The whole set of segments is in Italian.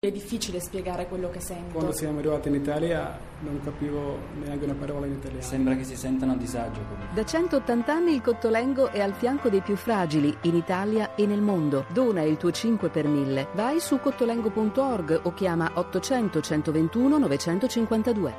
È difficile spiegare quello che sento. Quando siamo arrivati in Italia non capivo neanche una parola in italiano. Sembra che si sentano a disagio. Da 180 anni il Cottolengo è al fianco dei più fragili in Italia e nel mondo. Dona il tuo 5 per 1000. Vai su cottolengo.org o chiama 800 121 952.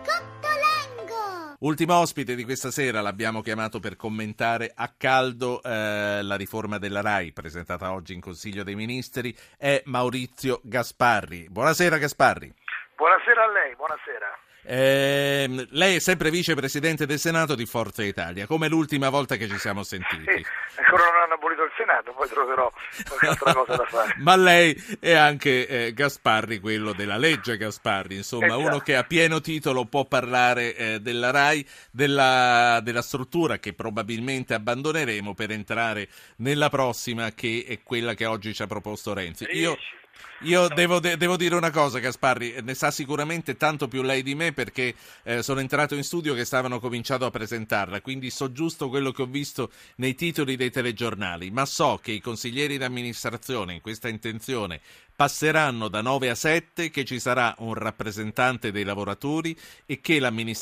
Ultimo ospite di questa sera, l'abbiamo chiamato per commentare a caldo la riforma della RAI presentata oggi in Consiglio dei Ministri, è Maurizio Gasparri. Buonasera Gasparri. Buonasera a lei, buonasera. Lei è sempre vicepresidente del Senato di Forza Italia, come l'ultima volta che ci siamo sentiti. Sì, ancora non hanno abolito il Senato, poi troverò qualche altra cosa da fare. Ma lei è anche Gasparri, quello della legge Gasparri, insomma, uno che a pieno titolo può parlare della RAI, della struttura che probabilmente abbandoneremo per entrare nella prossima, che è quella che oggi ci ha proposto Renzi. Io devo dire una cosa, Gasparri, ne sa sicuramente tanto più lei di me, perché sono entrato in studio che stavano cominciando a presentarla, quindi so giusto quello che ho visto nei titoli dei telegiornali, ma so che i consiglieri d'amministrazione in questa intenzione passeranno da 9 a 7, che ci sarà un rappresentante dei lavoratori e che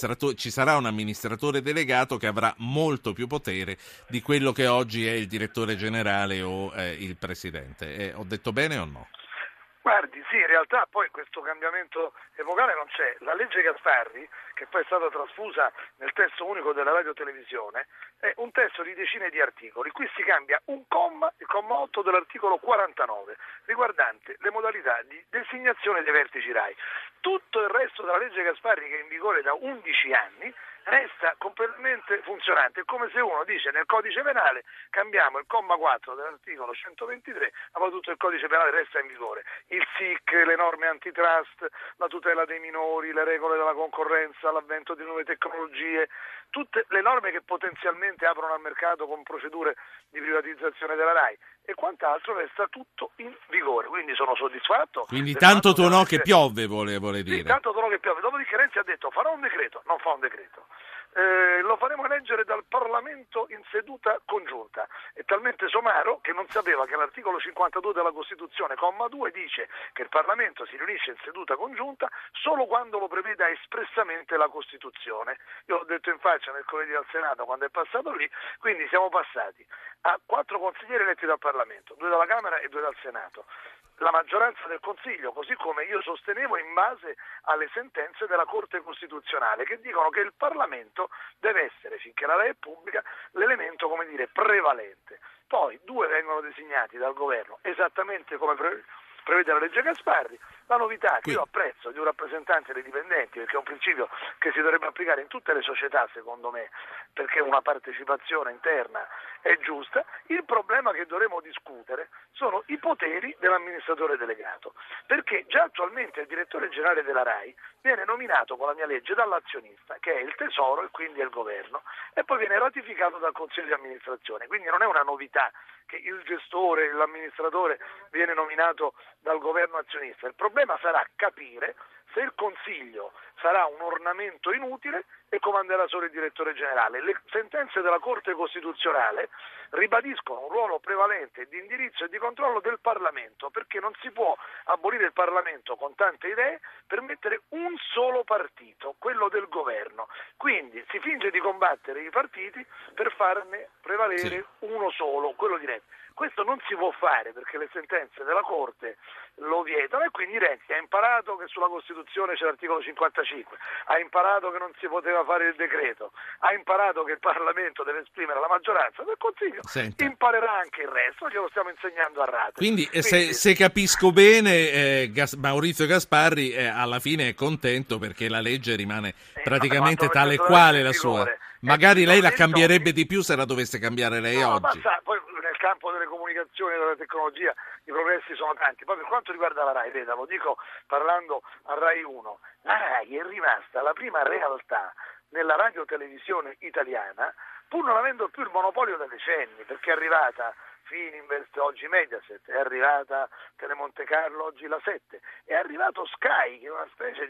ci sarà un amministratore delegato che avrà molto più potere di quello che oggi è il direttore generale o il presidente. Ho detto bene o no? Guardi, sì, in realtà poi questo cambiamento epocale non c'è. La legge Gasparri, che poi è stata trasfusa nel testo unico della radiotelevisione, è un testo di decine di articoli. Qui si cambia un comma, il comma 8 dell'articolo 49, riguardante le modalità di designazione dei vertici RAI. Tutto il resto della legge Gasparri, che è in vigore da 11 anni, resta completamente funzionante. È come se uno dice nel codice penale cambiamo il comma 4 dell'articolo 123, ma poi tutto il codice penale resta in vigore. Il SIC, le norme antitrust, la tutela dei minori, le regole della concorrenza, l'avvento di nuove tecnologie, tutte le norme che potenzialmente aprono al mercato con procedure di privatizzazione della RAI e quant'altro resta tutto in vigore. Quindi sono soddisfatto. Quindi tanto tonò che piove, vuole dire. Sì, tanto tonò che piove. Dopodiché Renzi ha detto farò un decreto, non fa un decreto. Lo faremo eleggere dal Parlamento in seduta congiunta. È talmente somaro che non sapeva che l'articolo 52 della Costituzione, comma 2, dice che il Parlamento si riunisce in seduta congiunta solo quando lo preveda espressamente la Costituzione. Io l'ho detto in faccia mercoledì al Senato quando è passato lì, quindi siamo passati a 4 consiglieri eletti dal Parlamento, 2 dalla Camera e 2 dal Senato. La maggioranza del Consiglio, così come io sostenevo in base alle sentenze della Corte Costituzionale, che dicono che il Parlamento deve essere, finché la lei è pubblica, l'elemento, come dire, prevalente. Poi 2 vengono designati dal governo, esattamente come prevede la legge Gasparri. La novità che io apprezzo di un rappresentante dei dipendenti, perché è un principio che si dovrebbe applicare in tutte le società, secondo me, perché una partecipazione interna è giusta. Il problema che dovremo discutere sono i poteri dell'amministratore delegato, perché già attualmente il direttore generale della RAI viene nominato con la mia legge dall'azionista, che è il Tesoro e quindi è il governo, e poi viene ratificato dal Consiglio di amministrazione, quindi non è una novità che il gestore, l'amministratore viene nominato dal governo azionista. Il problema sarà capire se il Consiglio sarà un ornamento inutile e comanderà solo il direttore generale. Le sentenze della Corte Costituzionale ribadiscono un ruolo prevalente di indirizzo e di controllo del Parlamento, perché non si può abolire il Parlamento con tante idee per mettere un solo partito, quello del governo. Quindi si finge di combattere i partiti per farne prevalere uno solo, quello di Renzi. Questo non si può fare perché le sentenze della Corte lo vietano e quindi Renzi ha imparato che sulla Costituzione c'è l'articolo 55, ha imparato che non si poteva fare il decreto, ha imparato che il Parlamento deve esprimere la maggioranza del Consiglio, imparerà anche il resto, glielo stiamo insegnando a rate. Quindi se capisco bene, Maurizio Gasparri alla fine è contento perché la legge rimane praticamente tale quale la sua. Magari lei la cambierebbe di più se la dovesse cambiare lei oggi. Poi nel campo delle comunicazioni e della tecnologia i progressi sono tanti. Poi per quanto riguarda la RAI, veda, lo dico parlando a RAI 1, la RAI è rimasta la prima realtà nella radiotelevisione italiana, pur non avendo più il monopolio da decenni, perché è arrivata Fininvest, oggi Mediaset, è arrivata Telemonte Carlo, oggi la 7, è arrivato Sky, che è una specie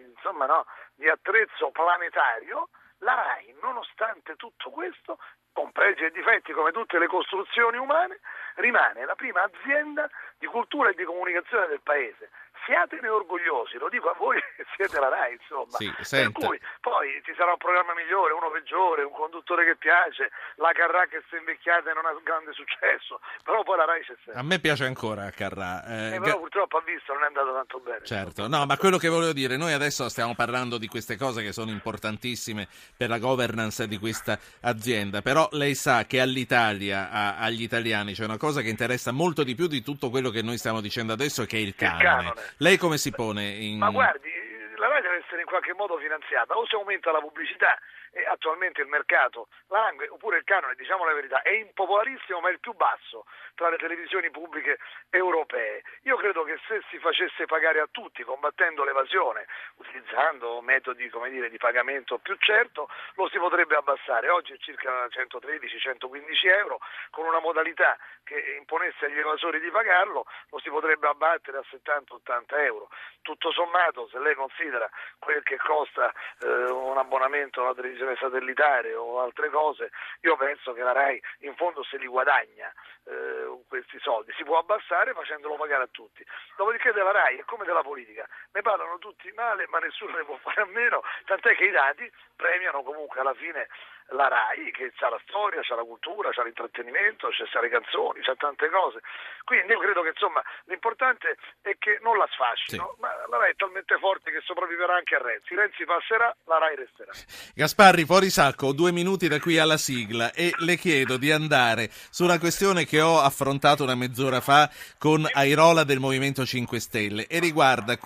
di attrezzo planetario. La RAI, nonostante tutto questo, con pregi e difetti come tutte le costruzioni umane, rimane la prima azienda di cultura e di comunicazione del paese. siatene orgogliosi, lo dico a voi che siete la RAI, insomma. Sì, per cui poi ci sarà un programma migliore, uno peggiore, un conduttore che piace, la Carrà che si è invecchiata e non ha grande successo, però poi la RAI c'è sempre. A me piace ancora Carrà. Però purtroppo ha visto, non è andato tanto bene. Certo, no, ma quello che volevo dire, noi adesso stiamo parlando di queste cose che sono importantissime per la governance di questa azienda, però lei sa che all'Italia, agli italiani, c'è una cosa che interessa molto di più di tutto quello che noi stiamo dicendo adesso, che è il canone. Lei come si pone? Ma guardi, la RAI deve essere in qualche modo finanziata, o si aumenta la pubblicità, e attualmente il mercato langue, oppure il canone, diciamo la verità, è impopolarissimo ma è il più basso tra le televisioni pubbliche europee. Io credo che se si facesse pagare a tutti, combattendo l'evasione, utilizzando metodi, come dire, di pagamento più certo, lo si potrebbe abbassare. Oggi è circa 113-115 euro, con una modalità che imponesse agli evasori di pagarlo, lo si potrebbe abbattere a 70-80 euro. Tutto sommato, se lei considera quel che costa un abbonamento alla televisione satellitare o altre cose, io penso che la RAI in fondo se li guadagna questi soldi, si può abbassare facendolo pagare a tutti. Dopodiché della RAI è come della politica, ne parlano tutti male ma nessuno ne può fare a meno, tant'è che i dati premiano comunque alla fine la RAI, che c'ha la storia, c'ha la cultura, c'ha l'intrattenimento, c'ha le canzoni, c'ha tante cose. Quindi io credo che insomma l'importante è che non la sfascino, sì. Ma la RAI è talmente forte che sopravviverà anche a Renzi. Renzi passerà, la RAI resterà. Gasparri, fuori sacco, 2 minuti da qui alla sigla e le chiedo di andare su una questione che ho affrontato una mezz'ora fa con Airola del Movimento 5 Stelle e riguarda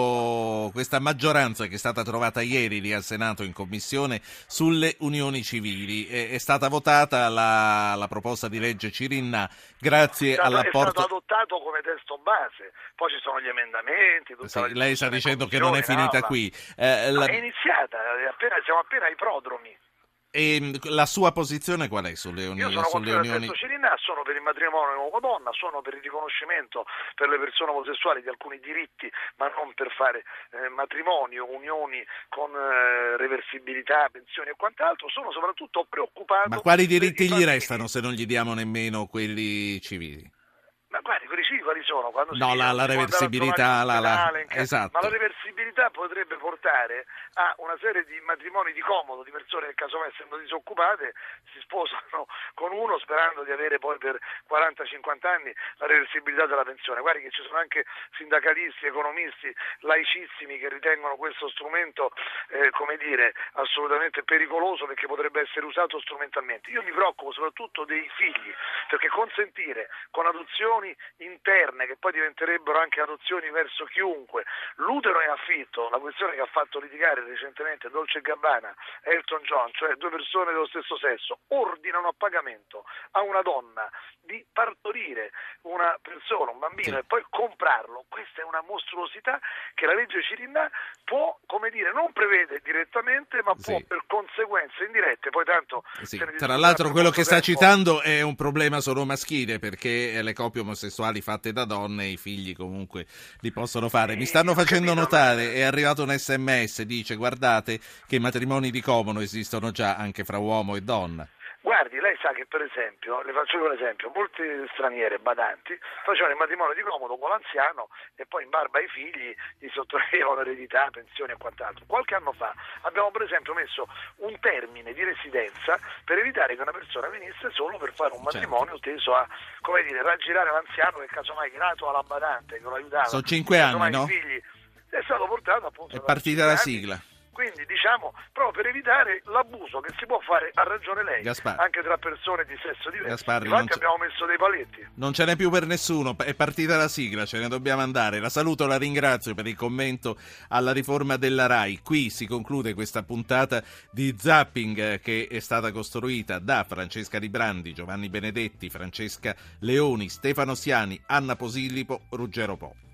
questa maggioranza che è stata trovata ieri lì al Senato in commissione sulle unioni civili. È stata votata la proposta di legge Cirinnà grazie all'apporto... È stato adottato come testo base, poi ci sono gli emendamenti... Sì, lei sta dicendo che non è finita qui. È iniziata, siamo appena ai prodromi. E la sua posizione qual è sulle unioni? Io sono contro il testo Cirinnà, sono per il matrimonio uomo-donna, sono per il riconoscimento per le persone omosessuali di alcuni diritti, ma non per fare matrimonio, unioni con reversibilità, pensioni e quant'altro. Sono soprattutto preoccupato... Ma quali diritti gli restano se non gli diamo nemmeno quelli civili? Ma guardi, quelli civili quali sono? Quando la reversibilità, esatto. Ma la reversibilità potrebbe portare a una serie di matrimoni di comodo, di persone che casomai essendo disoccupate si sposano con uno sperando di avere poi per 40-50 anni la reversibilità della pensione. Guardi che ci sono anche sindacalisti, economisti, laicissimi che ritengono questo strumento, assolutamente pericoloso perché potrebbe essere usato strumentalmente. Io mi preoccupo soprattutto dei figli, perché consentire con adozioni interne che poi diventerebbero anche adozioni verso chiunque, l'utero in affitto, la questione che ha fatto litigare recentemente Dolce & Gabbana e Elton John, cioè 2 persone dello stesso sesso ordinano a pagamento a una donna di partorire una persona, un bambino, sì, e poi comprarlo. Questa è una mostruosità che la legge Cirinnà può, non prevede direttamente, ma può, sì, per conseguenze indirette, poi tanto... Sì. Tra l'altro quello che sta citando è un problema solo maschile, perché le coppie omosessuali fatte da donne i figli comunque li possono fare. Mi stanno facendo notare, è arrivato un SMS, dice guardate che i matrimoni di comodo esistono già anche fra uomo e donna. Guardi, lei sa che per esempio, le faccio un esempio, molte straniere badanti facevano il matrimonio di comodo con l'anziano e poi in barba ai figli gli sottraevano eredità, pensioni e quant'altro. Qualche anno fa abbiamo per esempio messo un termine di residenza per evitare che una persona venisse solo per fare un matrimonio, certo, teso a, raggirare l'anziano che casomai grato alla badante che lo aiutava. Sono 5 anni, no? I figli, è stato portato appunto... È partita la sigla. Quindi proprio per evitare l'abuso che si può fare, ha ragione lei, Gasparri, anche tra persone di sesso diverso. Gasparri, infatti abbiamo messo dei paletti. Non ce n'è più per nessuno, è partita la sigla, ce ne dobbiamo andare. La saluto, la ringrazio per il commento alla riforma della RAI. Qui si conclude questa puntata di Zapping che è stata costruita da Francesca Librandi, Giovanni Benedetti, Francesca Leoni, Stefano Siani, Anna Posillipo, Ruggero Po.